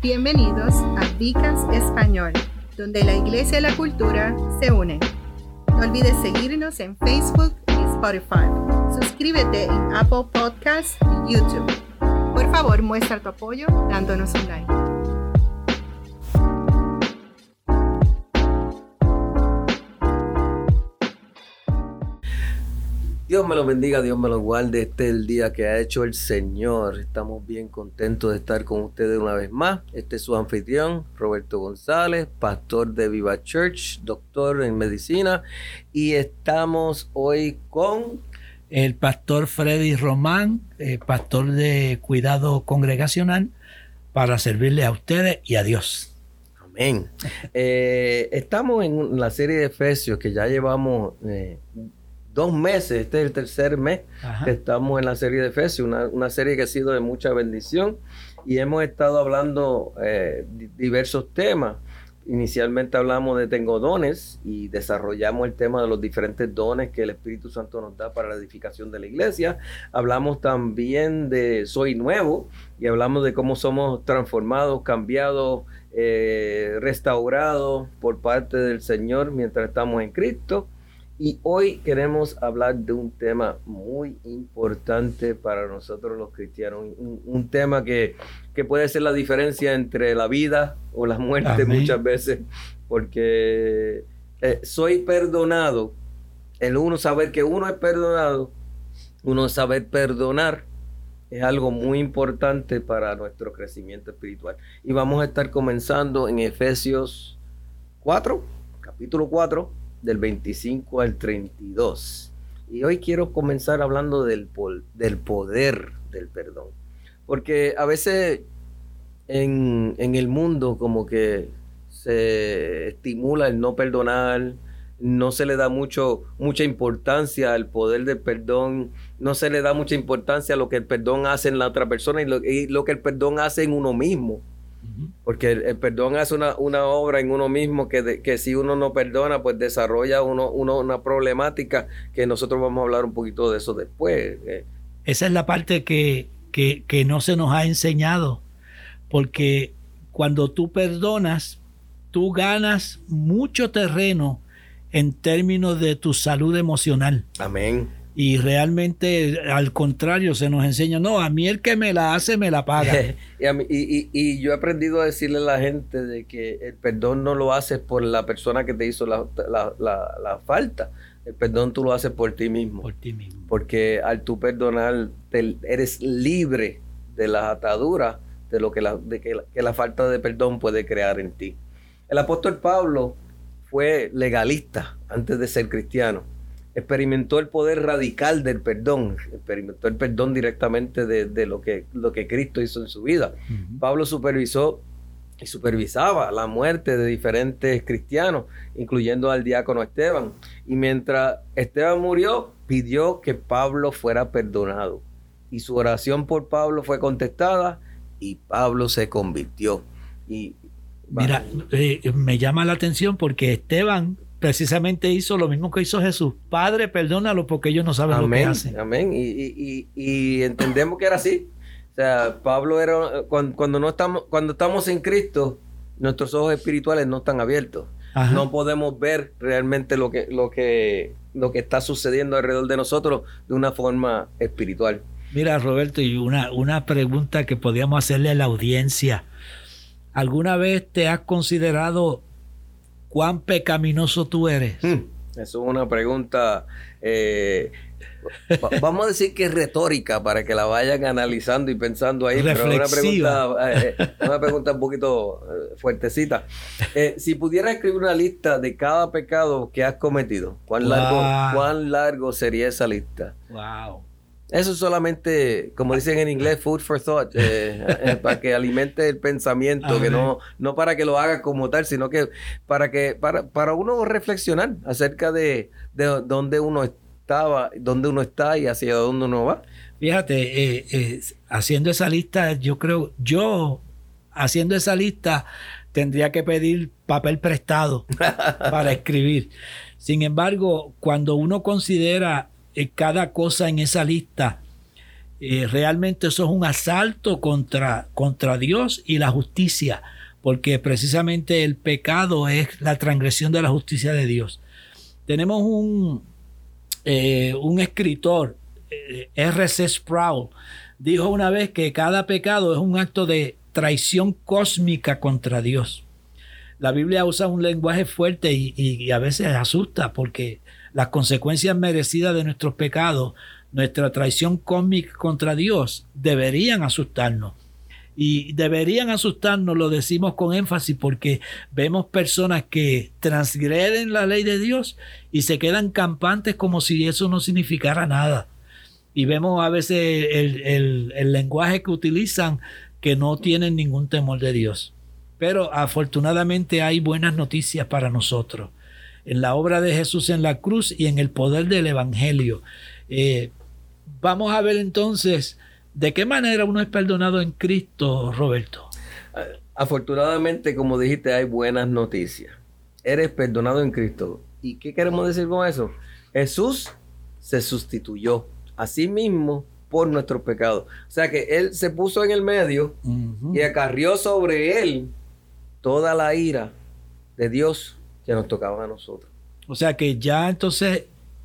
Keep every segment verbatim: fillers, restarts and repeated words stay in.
Bienvenidos a Vicas Español, donde la iglesia y la cultura se unen. No olvides seguirnos en Facebook y Spotify. Suscríbete en Apple Podcasts y YouTube. Por favor, muestra tu apoyo dándonos un like. Dios me lo bendiga, Dios me lo guarde. Este es el día que ha hecho el Señor. Estamos bien contentos de estar con ustedes una vez más. Este es su anfitrión, Roberto González, pastor de Viva Church, doctor en medicina. Y estamos hoy con el pastor Freddy Román, eh, pastor de cuidado congregacional, para servirle a ustedes y a Dios. Amén. eh, estamos en la serie de Efesios que ya llevamos... Eh, Dos meses, este es el tercer mes Ajá. que estamos en la serie de Efesios, una, una serie que ha sido de mucha bendición y hemos estado hablando eh, diversos temas. Inicialmente hablamos de tengo dones y desarrollamos el tema de los diferentes dones que el Espíritu Santo nos da para la edificación de la iglesia. Hablamos también de soy nuevo y hablamos de cómo somos transformados, cambiados, eh, restaurados por parte del Señor mientras estamos en Cristo. Y hoy queremos hablar de un tema muy importante para nosotros los cristianos, un, un tema que, que puede ser la diferencia entre la vida o la muerte Amén. Muchas veces, porque eh, soy perdonado, el uno saber que uno es perdonado, uno saber perdonar, es algo muy importante para nuestro crecimiento espiritual. Y vamos a estar comenzando en Efesios cuatro, capítulo cuatro, del veinticinco al treinta y dos. Y hoy quiero comenzar hablando del, pol, del poder del perdón. Porque a veces en, en el mundo como que se estimula el no perdonar, no se le da mucho, mucha importancia al poder del perdón, no se le da mucha importancia a lo que el perdón hace en la otra persona y lo, y lo que el perdón hace en uno mismo. Porque el, el perdón hace una, una obra en uno mismo que, de, que si uno no perdona, pues desarrolla uno, uno una problemática que nosotros vamos a hablar un poquito de eso después. Esa es la parte que, que, que no se nos ha enseñado, porque cuando tú perdonas, tú ganas mucho terreno en términos de tu salud emocional. Amén. Y realmente, al contrario, se nos enseña, no, a mí el que me la hace, me la paga. y, a mí, y, y, y yo he aprendido a decirle a la gente de que el perdón no lo haces por la persona que te hizo la, la, la, la falta. El perdón tú lo haces por ti mismo. Por ti mismo. Porque al tú perdonar, te, eres libre de las ataduras de lo que la, de que la, que la falta de perdón puede crear en ti. El apóstol Pablo fue legalista antes de ser cristiano. Experimentó el poder radical del perdón, experimentó el perdón directamente de, de lo, que, lo que Cristo hizo en su vida. Uh-huh. Pablo supervisó y supervisaba la muerte de diferentes cristianos, incluyendo al diácono Esteban. Y mientras Esteban murió, pidió que Pablo fuera perdonado. Y su oración por Pablo fue contestada y Pablo se convirtió. Y, Mira, eh, me llama la atención porque Esteban precisamente hizo lo mismo que hizo Jesús. Padre, perdónalo porque ellos no saben amén, lo que hacen. Amén. Y, y, y, y entendemos que era así. O sea, Pablo era cuando, cuando no estamos, cuando estamos en Cristo, nuestros ojos espirituales no están abiertos. Ajá. No podemos ver realmente lo que, lo que, lo que está sucediendo alrededor de nosotros de una forma espiritual. Mira, Roberto, y una, una pregunta que podíamos hacerle a la audiencia. ¿Alguna vez te has considerado cuán pecaminoso tú eres? Hmm, eso es una pregunta, eh, vamos a decir que es retórica para que la vayan analizando y pensando ahí. Reflexiva. Pero una pregunta, eh, una pregunta un poquito eh, fuertecita. Eh, si pudieras escribir una lista de cada pecado que has cometido, ¿cuán, wow. largo, ¿cuán largo sería esa lista? Wow. Eso es solamente, como dicen en inglés, food for thought, eh, eh, para que alimente el pensamiento, Amén. que no, no para que lo haga como tal, sino que para que para, para uno reflexionar acerca de, de dónde uno estaba, dónde uno está y hacia dónde uno va. Fíjate, eh, eh, haciendo esa lista, yo creo, yo haciendo esa lista tendría que pedir papel prestado para escribir. Sin embargo, cuando uno considera cada cosa en esa lista, Eh, realmente eso es un asalto contra, contra Dios y la justicia, porque precisamente el pecado es la transgresión de la justicia de Dios. Tenemos un, eh, un escritor, eh, R C Sproul, dijo una vez que cada pecado es un acto de traición cósmica contra Dios. La Biblia usa un lenguaje fuerte y, y, y a veces asusta, porque las consecuencias merecidas de nuestros pecados, nuestra traición cósmica contra Dios, deberían asustarnos. Y deberían asustarnos, lo decimos con énfasis, porque vemos personas que transgreden la ley de Dios y se quedan campantes como si eso no significara nada. Y vemos a veces el, el, el lenguaje que utilizan, que no tienen ningún temor de Dios. Pero afortunadamente hay buenas noticias para nosotros. En la obra de Jesús en la cruz y en el poder del Evangelio. Eh, vamos a ver entonces de qué manera uno es perdonado en Cristo, Roberto. Afortunadamente, como dijiste, hay buenas noticias. Eres perdonado en Cristo. ¿Y qué queremos decir con eso? Jesús se sustituyó a sí mismo por nuestros pecados. O sea que Él se puso en el medio uh-huh. y acarrió sobre Él toda la ira de Dios que nos tocaba a nosotros. O sea que ya entonces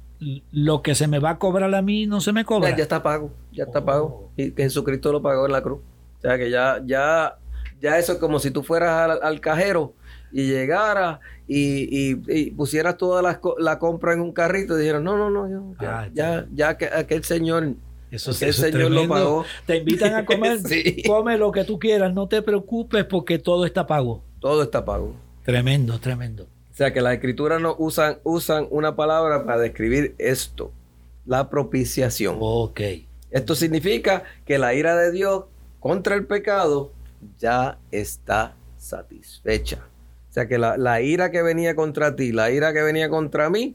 lo que se me va a cobrar a mí no se me cobra. Ya, ya está pago, ya está oh. pago. Y Jesucristo lo pagó en la cruz. O sea que ya, ya, ya eso es como si tú fueras al, al cajero y llegaras y, y, y pusieras toda la, la compra en un carrito y dijeras, no, no, no, yo, ya, ah, ya, ya, ya aquel señor, eso, aquel eso señor lo pagó. Te invitan a comer, sí. Come lo que tú quieras, no te preocupes porque todo está pago. Todo está pago. Tremendo, tremendo. O sea que las escrituras no usan, usan una palabra para describir esto, la propiciación. Ok. Esto significa que la ira de Dios contra el pecado ya está satisfecha. O sea que la, la ira que venía contra ti, la ira que venía contra mí,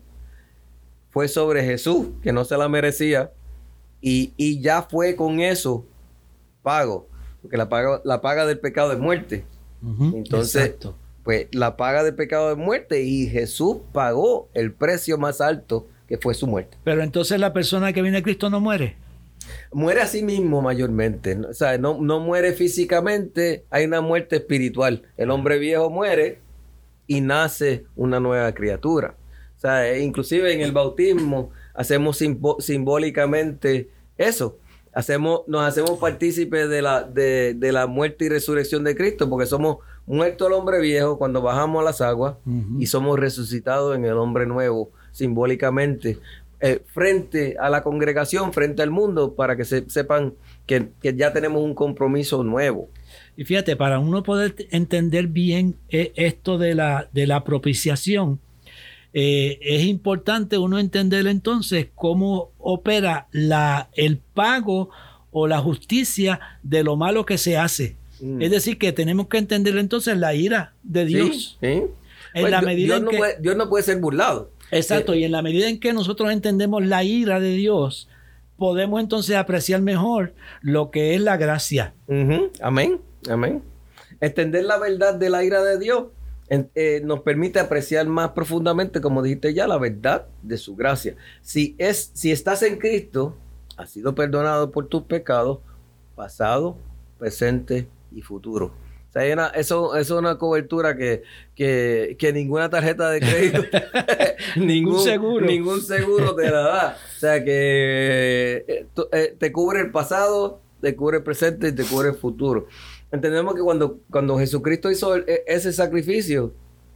fue sobre Jesús, que no se la merecía, y, y ya fue con eso pago, porque la paga, la paga del pecado es muerte. Uh-huh, Entonces, exacto. Pues la paga del pecado es muerte y Jesús pagó el precio más alto, que fue su muerte. Pero entonces la persona que viene a Cristo no muere. Muere a sí mismo mayormente. O sea, no, no muere físicamente, hay una muerte espiritual. El hombre viejo muere y nace una nueva criatura. O sea, inclusive en el bautismo hacemos simbo- simbólicamente eso. Hacemos, nos hacemos partícipes de la, de, de la muerte y resurrección de Cristo, porque somos muertos al hombre viejo cuando bajamos a las aguas uh-huh. y somos resucitados en el hombre nuevo, simbólicamente, eh, frente a la congregación, frente al mundo, para que se, sepan que, que ya tenemos un compromiso nuevo. Y fíjate, para uno poder entender bien eh, esto de la, de la propiciación, Eh, es importante uno entender entonces cómo opera la, el pago o la justicia de lo malo que se hace. Mm. Es decir, que tenemos que entender entonces la ira de Dios. Sí, sí. En pues la medida Dios, en no que, puede, Dios no puede ser burlado. Exacto, eh, y en la medida en que nosotros entendemos la ira de Dios, podemos entonces apreciar mejor lo que es la gracia. Uh-huh. Amén, amén. Entender la verdad de la ira de Dios En, eh, nos permite apreciar más profundamente, como dijiste ya, la verdad de su gracia. Si, es, si estás en Cristo, has sido perdonado por tus pecados, pasado, presente y futuro. O sea, hay una, eso, eso es una cobertura que, que, que ninguna tarjeta de crédito, ningún, seguro. ningún seguro te la da. O sea, que eh, eh, te cubre el pasado, te cubre el presente y te cubre el futuro. Entendemos que cuando, cuando Jesucristo hizo el, ese sacrificio,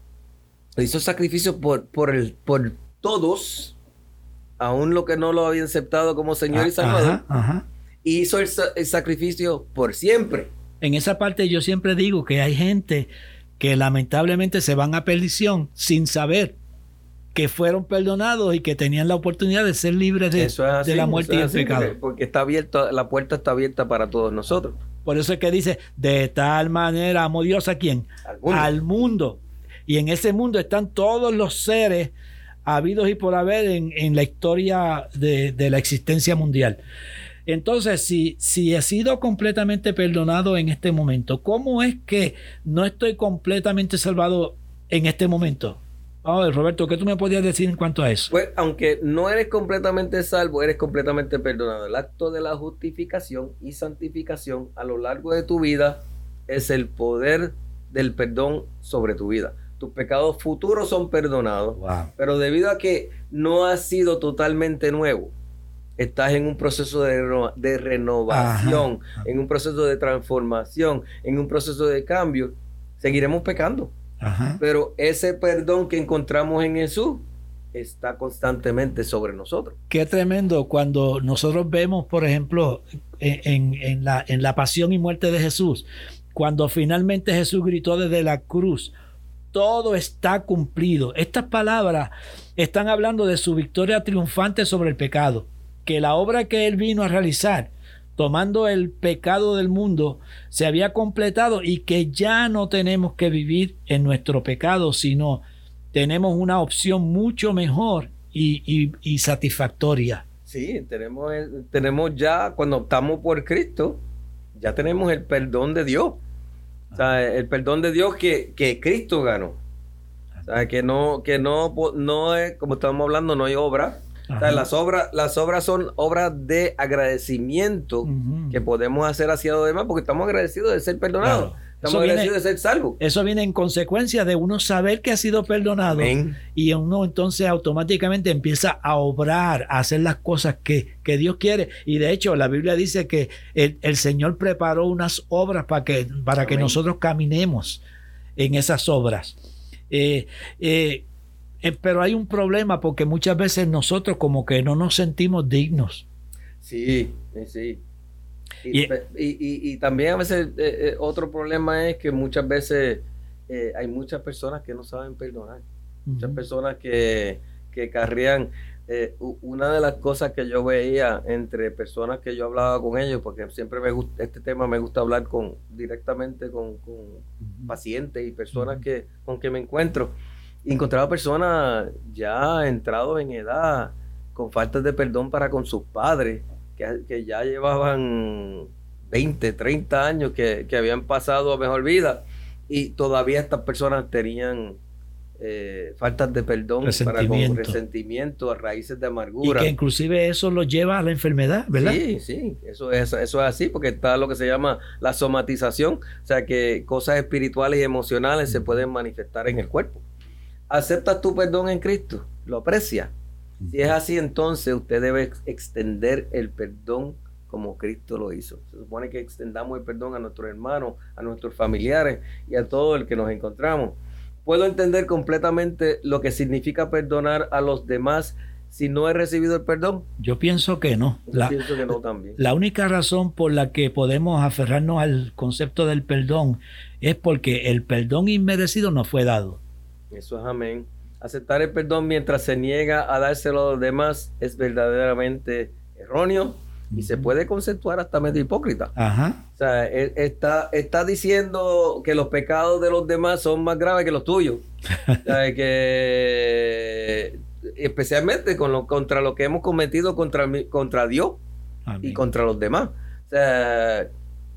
hizo sacrificio por, por, el, por todos, aún lo que no lo habían aceptado como Señor ah, y Salvador, ajá, ajá. y hizo el, el sacrificio por siempre. En esa parte yo siempre digo que hay gente que lamentablemente se van a perdición sin saber que fueron perdonados y que tenían la oportunidad de ser libres de, así, de la muerte y el pecado. Porque, porque está abierta, la puerta está abierta para todos nosotros. Por eso es que dice, de tal manera amó Dios a quién? Al mundo. Al mundo. Y en ese mundo están todos los seres habidos y por haber en, en la historia de, de la existencia mundial. Entonces, si, si he sido completamente perdonado en este momento, ¿cómo es que no estoy completamente salvado en este momento? Oh, Roberto, ¿qué tú me podías decir en cuanto a eso? Pues, aunque no eres completamente salvo, eres completamente perdonado. El acto de la justificación y santificación a lo largo de tu vida es el poder del perdón sobre tu vida. Tus pecados futuros son perdonados, wow. pero debido a que no has sido totalmente nuevo, estás en un proceso de, reno- de renovación, Ajá. en un proceso de transformación, en un proceso de cambio, seguiremos pecando. Ajá. Pero ese perdón que encontramos en Jesús está constantemente sobre nosotros. Qué tremendo cuando nosotros vemos, por ejemplo, en, en, la, en la pasión y muerte de Jesús, cuando finalmente Jesús gritó desde la cruz, todo está cumplido. Estas palabras están hablando de su victoria triunfante sobre el pecado, que la obra que él vino a realizar, tomando el pecado del mundo, se había completado y que ya no tenemos que vivir en nuestro pecado, sino tenemos una opción mucho mejor y, y, y satisfactoria. Sí, tenemos, el, tenemos ya, cuando optamos por Cristo, ya tenemos el perdón de Dios. O sea, el perdón de Dios que, que Cristo ganó. O sea, que no, que no, no es, como estamos hablando, no hay obra. O sea, las obras, las obras son obras de agradecimiento uh-huh. que podemos hacer hacia los demás porque estamos agradecidos de ser perdonados. Claro. Estamos eso agradecidos viene, de ser salvos. Eso viene en consecuencia de uno saber que ha sido perdonado. Amén. Y uno entonces automáticamente empieza a obrar, a hacer las cosas que, que Dios quiere. Y de hecho la Biblia dice que el, el Señor preparó unas obras para que, para que nosotros caminemos en esas obras. Eh, eh, Eh, pero hay un problema porque muchas veces nosotros como que no nos sentimos dignos. Sí, sí. Y, y, y, y también a veces eh, eh, otro problema es que muchas veces eh, hay muchas personas que no saben perdonar. Uh-huh. Muchas personas que, que carrían. Eh, una de las cosas que yo veía entre personas que yo hablaba con ellos, porque siempre me gusta, este tema me gusta hablar con directamente con, con uh-huh. pacientes y personas uh-huh. que, con que me encuentro. Encontraba personas ya entrados en edad, con faltas de perdón para con sus padres, que, que ya llevaban veinte, treinta años, que, que habían pasado a mejor vida, y todavía estas personas tenían eh, faltas de perdón para con resentimiento, a raíces de amargura. Y que inclusive eso los lleva a la enfermedad, ¿verdad? Sí, sí, eso es, eso es así, porque está lo que se llama la somatización, o sea que cosas espirituales y emocionales se pueden manifestar en el cuerpo. ¿Aceptas tu perdón en Cristo? ¿Lo aprecias? Si es así, entonces usted debe extender el perdón como Cristo lo hizo. Se supone que extendamos el perdón a nuestros hermanos, a nuestros familiares y a todo el que nos encontramos. ¿Puedo entender completamente lo que significa perdonar a los demás si no he recibido el perdón? Yo pienso que no. Yo la, pienso que no también. La única razón por la que podemos aferrarnos al concepto del perdón es porque el perdón inmerecido nos fue dado. Eso es amén. Aceptar el perdón mientras se niega a dárselo a los demás es verdaderamente erróneo y uh-huh. se puede conceptuar hasta medio hipócrita. Ajá. O sea, él está, está diciendo que los pecados de los demás son más graves que los tuyos. O sea, que especialmente con lo, contra lo que hemos cometido contra, contra Dios amén. Y contra los demás. O sea,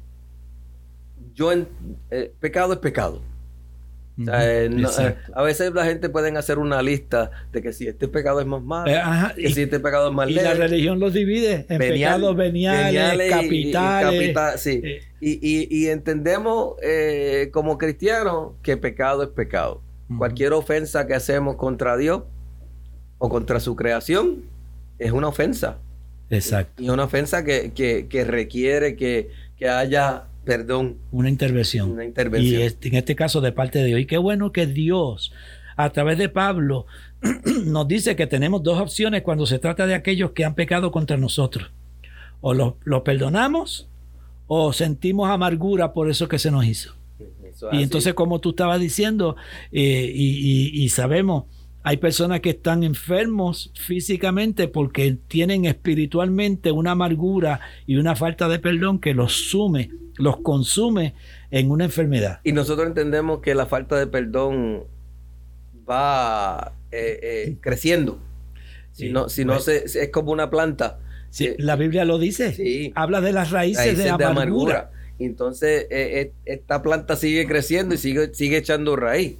yo en, eh, pecado es pecado. O sea, eh, no, eh, a veces la gente pueden hacer una lista de que si este pecado es más malo, eh, ajá, que y, si este pecado es más leve. Y la religión los divide en venial, pecados veniales, veniales capitales. Y, y, capital, sí. eh. y, y, y entendemos eh, como cristianos que pecado es pecado. Uh-huh. Cualquier ofensa que hacemos contra Dios o contra su creación es una ofensa. Exacto. Y una ofensa que, que, que requiere que, que haya perdón. Una intervención. Una intervención. Y este, en este caso de parte de Dios. Y qué bueno que Dios, a través de Pablo, nos dice que tenemos dos opciones cuando se trata de aquellos que han pecado contra nosotros. O los lo perdonamos o sentimos amargura por eso que se nos hizo. Eso y entonces, como tú estabas diciendo, eh, y, y, y sabemos, hay personas que están enfermos físicamente porque tienen espiritualmente una amargura y una falta de perdón que los sume, los consume en una enfermedad. Y nosotros entendemos que la falta de perdón va eh, eh, creciendo. Si sí, no, si pues, no se, es como una planta. Sí, eh, la Biblia lo dice. Sí, habla de las raíces, raíces de, amargura. de amargura. Entonces, eh, eh, esta planta sigue creciendo y sigue, sigue echando raíz.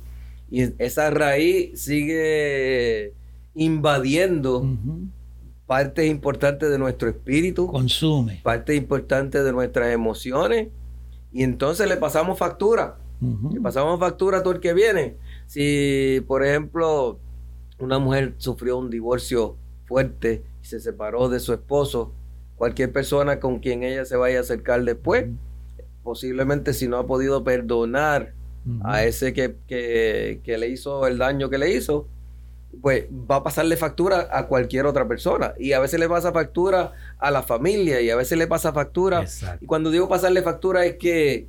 Y esa raíz sigue invadiendo uh-huh. partes importantes de nuestro espíritu. Consume. Partes importantes de nuestras emociones. Y entonces le pasamos factura. Uh-huh. Le pasamos factura a todo el que viene. Si, por ejemplo, una mujer sufrió un divorcio fuerte y se separó de su esposo, cualquier persona con quien ella se vaya a acercar después, uh-huh. posiblemente si no ha podido perdonar uh-huh. a ese que, que, que le hizo el daño que le hizo, pues va a pasarle factura a cualquier otra persona. Y a veces le pasa factura a la familia y a veces le pasa factura. Exacto. Y cuando digo pasarle factura es que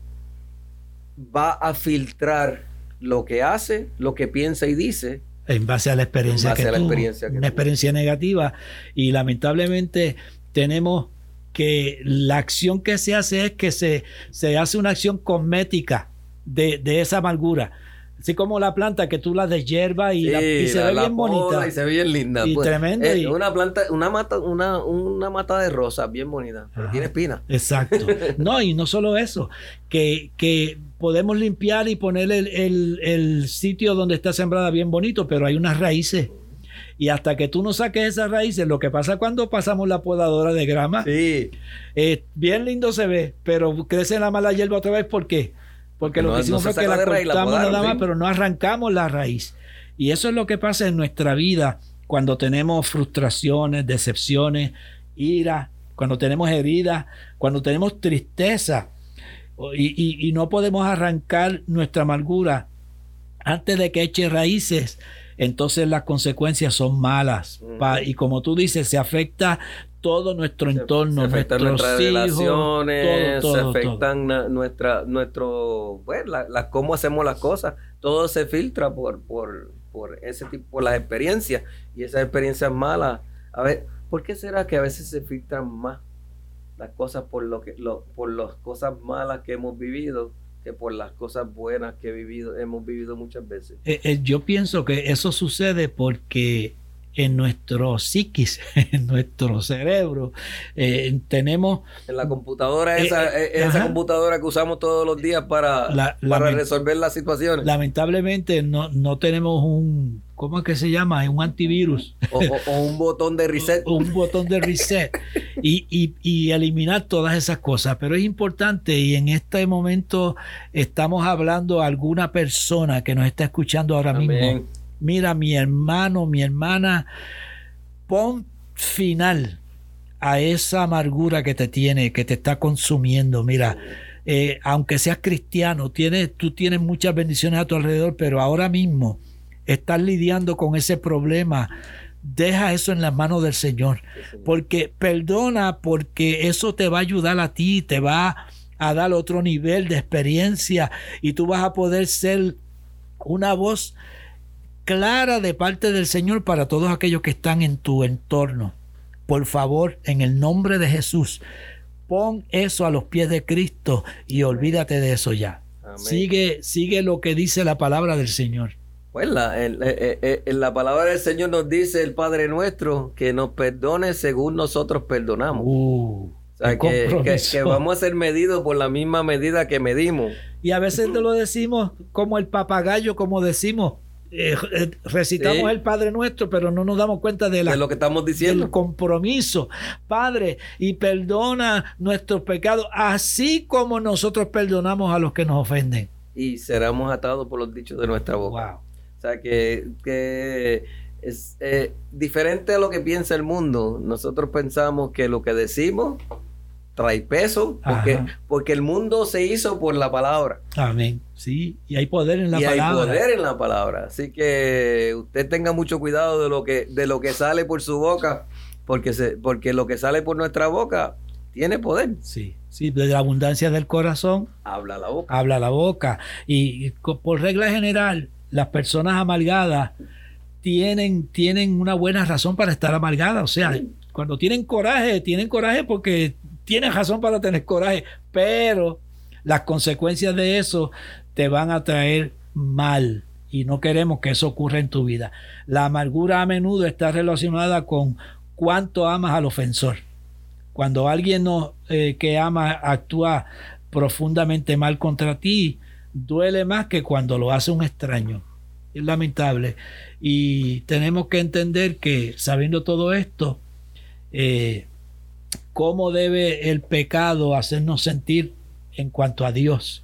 va a filtrar lo que hace, lo que piensa y dice en base a la experiencia que tuvo, una tuvo. experiencia negativa. Y lamentablemente tenemos que la acción que se hace es que se, se hace una acción cosmética de, de esa amargura. Así como la planta que tú la deshierbas y, sí, y se la, ve la bien bonita. Y se ve bien linda. Y pues, tremendo. Es y... una planta, una mata, una, una mata de rosas bien bonita, pero Ajá. tiene espina. Exacto. No, y no solo eso, que, que podemos limpiar y poner el, el, el sitio donde está sembrada bien bonito, pero hay unas raíces. Y hasta que tú no saques esas raíces, lo que pasa cuando pasamos la podadora de grama, sí. eh, bien lindo se ve, pero crece la mala hierba otra vez. ¿Por qué? Porque no, lo que hicimos no fue que la cortamos la podaron, nada más, ¿sí? Pero no arrancamos la raíz. Y eso es lo que pasa en nuestra vida cuando tenemos frustraciones, decepciones, ira, cuando tenemos heridas, cuando tenemos tristeza y, y, y no podemos arrancar nuestra amargura antes de que eche raíces. Entonces las consecuencias son malas. Uh-huh. Pa, y como tú dices, se afecta todo nuestro entorno, se afectan nuestras hijos, relaciones, todo, todo, se afectan na, nuestra, nuestro, bueno, la, la, cómo hacemos las cosas, todo se filtra por, por, por ese tipo, por las experiencias, y esas experiencias malas. A ver, ¿por qué será que a veces se filtran más las cosas por lo que, lo, por las cosas malas que hemos vivido que por las cosas buenas que he vivido, hemos vivido muchas veces? Eh, eh, yo pienso que eso sucede porque en nuestro psiquis, en nuestro cerebro, eh, tenemos... En la computadora, esa, eh, eh, esa computadora que usamos todos los días para, la, para resolver las situaciones. Lamentablemente no, no tenemos un... ¿Cómo es que se llama? Un antivirus. O, o, o un botón de reset. O, un botón de reset. y, y, y eliminar todas esas cosas. Pero es importante, y en este momento estamos hablando a alguna persona que nos está escuchando ahora Amén. mismo. Mira, mi hermano, mi hermana, pon final a esa amargura que te tiene, que te está consumiendo. Mira, eh, aunque seas cristiano, tienes, tú tienes muchas bendiciones a tu alrededor, pero ahora mismo estás lidiando con ese problema. Deja eso en las manos del Señor, porque perdona, porque eso te va a ayudar a ti, te va a dar otro nivel de experiencia y tú vas a poder ser una voz clara de parte del Señor para todos aquellos que están en tu entorno. Por favor, en el nombre de Jesús, pon eso a los pies de Cristo y olvídate de eso ya. Amén. Sigue, sigue lo que dice la palabra del Señor. Pues la, en, en, en la palabra del Señor nos dice el Padre nuestro que nos perdone según nosotros perdonamos. Uh, o sea, que, que, que vamos a ser medidos por la misma medida que medimos. Y a veces te lo decimos como el papagayo, como decimos. Eh, eh, recitamos sí. el Padre Nuestro, pero no nos damos cuenta de, la, de lo que estamos diciendo, del compromiso. Padre, y perdona nuestros pecados, así como nosotros perdonamos a los que nos ofenden. Y seremos atados por los dichos de nuestra boca. Wow. O sea que, que es eh, diferente a lo que piensa el mundo. Nosotros pensamos que lo que decimos trae peso, porque, porque el mundo se hizo por la palabra. Amén. Sí, y hay poder en la y palabra. Y hay poder en la palabra. Así que usted tenga mucho cuidado de lo que, de lo que sale por su boca, porque, se, porque lo que sale por nuestra boca tiene poder. Sí, sí, de la abundancia del corazón habla la boca. Habla la boca. Y, y por regla general, las personas amargadas tienen, tienen una buena razón para estar amargadas. O sea, sí. cuando tienen coraje, tienen coraje porque tienen razón para tener coraje, pero las consecuencias de eso te van a traer mal y no queremos que eso ocurra en tu vida. La amargura a menudo está relacionada con cuánto amas al ofensor. Cuando alguien no, eh, que ama actúa profundamente mal contra ti, duele más que cuando lo hace un extraño. es lamentable. Y tenemos que entender que, sabiendo todo esto, eh, cómo debe el pecado hacernos sentir en cuanto a Dios.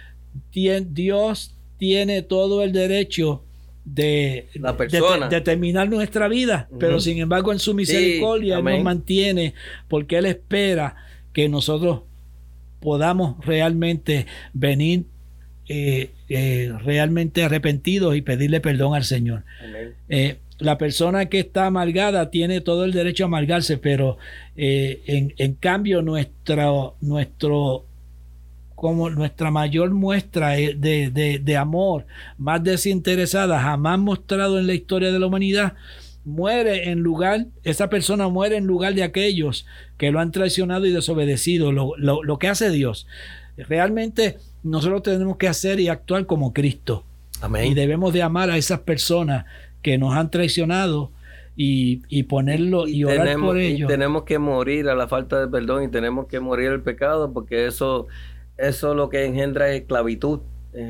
Tien, Dios tiene todo el derecho de, la persona. de, de terminar nuestra vida, uh-huh. pero sin embargo en su misericordia sí, nos mantiene, porque Él espera que nosotros podamos realmente venir eh, eh, realmente arrepentidos y pedirle perdón al Señor. Eh, la persona que está amargada tiene todo el derecho a amargarse, pero eh, en, en cambio nuestra, nuestro como nuestra mayor muestra de, de, de amor, más desinteresada, jamás mostrado en la historia de la humanidad, muere en lugar, esa persona muere en lugar de aquellos que lo han traicionado y desobedecido, lo, lo, lo que hace Dios. Realmente nosotros tenemos que hacer y actuar como Cristo. Amén. Y debemos de amar a esas personas que nos han traicionado y, y ponerlo y, y orar tenemos, por ellos. Y tenemos que morir a la falta de perdón y tenemos que morir al pecado, porque eso Eso lo que engendra es esclavitud,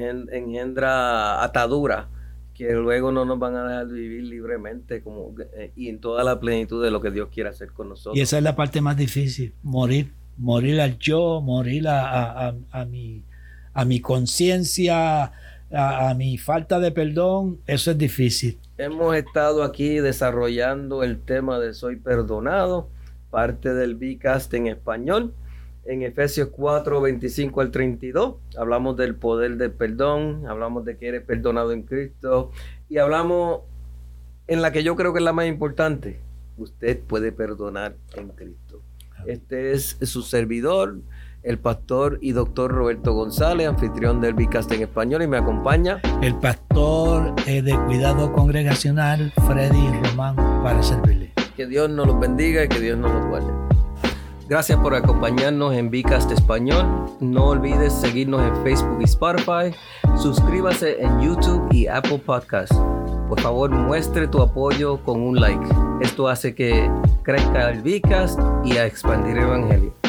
engendra atadura, que luego no nos van a dejar vivir libremente como, eh, y en toda la plenitud de lo que Dios quiere hacer con nosotros. Y esa es la parte más difícil, morir, morir al yo, morir a, a, a, a mi, a mi conciencia, a, a mi falta de perdón, eso es difícil. Hemos estado aquí desarrollando el tema de Soy Perdonado, parte del V-Cast en español. En Efesios cuatro, veinticinco al treinta y dos, hablamos del poder del perdón, hablamos de que eres perdonado en Cristo y hablamos en la que yo creo que es la más importante, usted puede perdonar en Cristo. Este es su servidor, el pastor y doctor Roberto González, anfitrión del V-Cast en español, y me acompaña el pastor eh, de cuidado congregacional, Freddy Román, para servirle. Que Dios nos los bendiga y que Dios nos los guarde. Gracias por acompañarnos en V-Cast Español. No olvides seguirnos en Facebook y Spotify. Suscríbase en YouTube y Apple Podcasts. Por favor, muestre tu apoyo con un like. Esto hace que crezca el V-Cast y a expandir el Evangelio.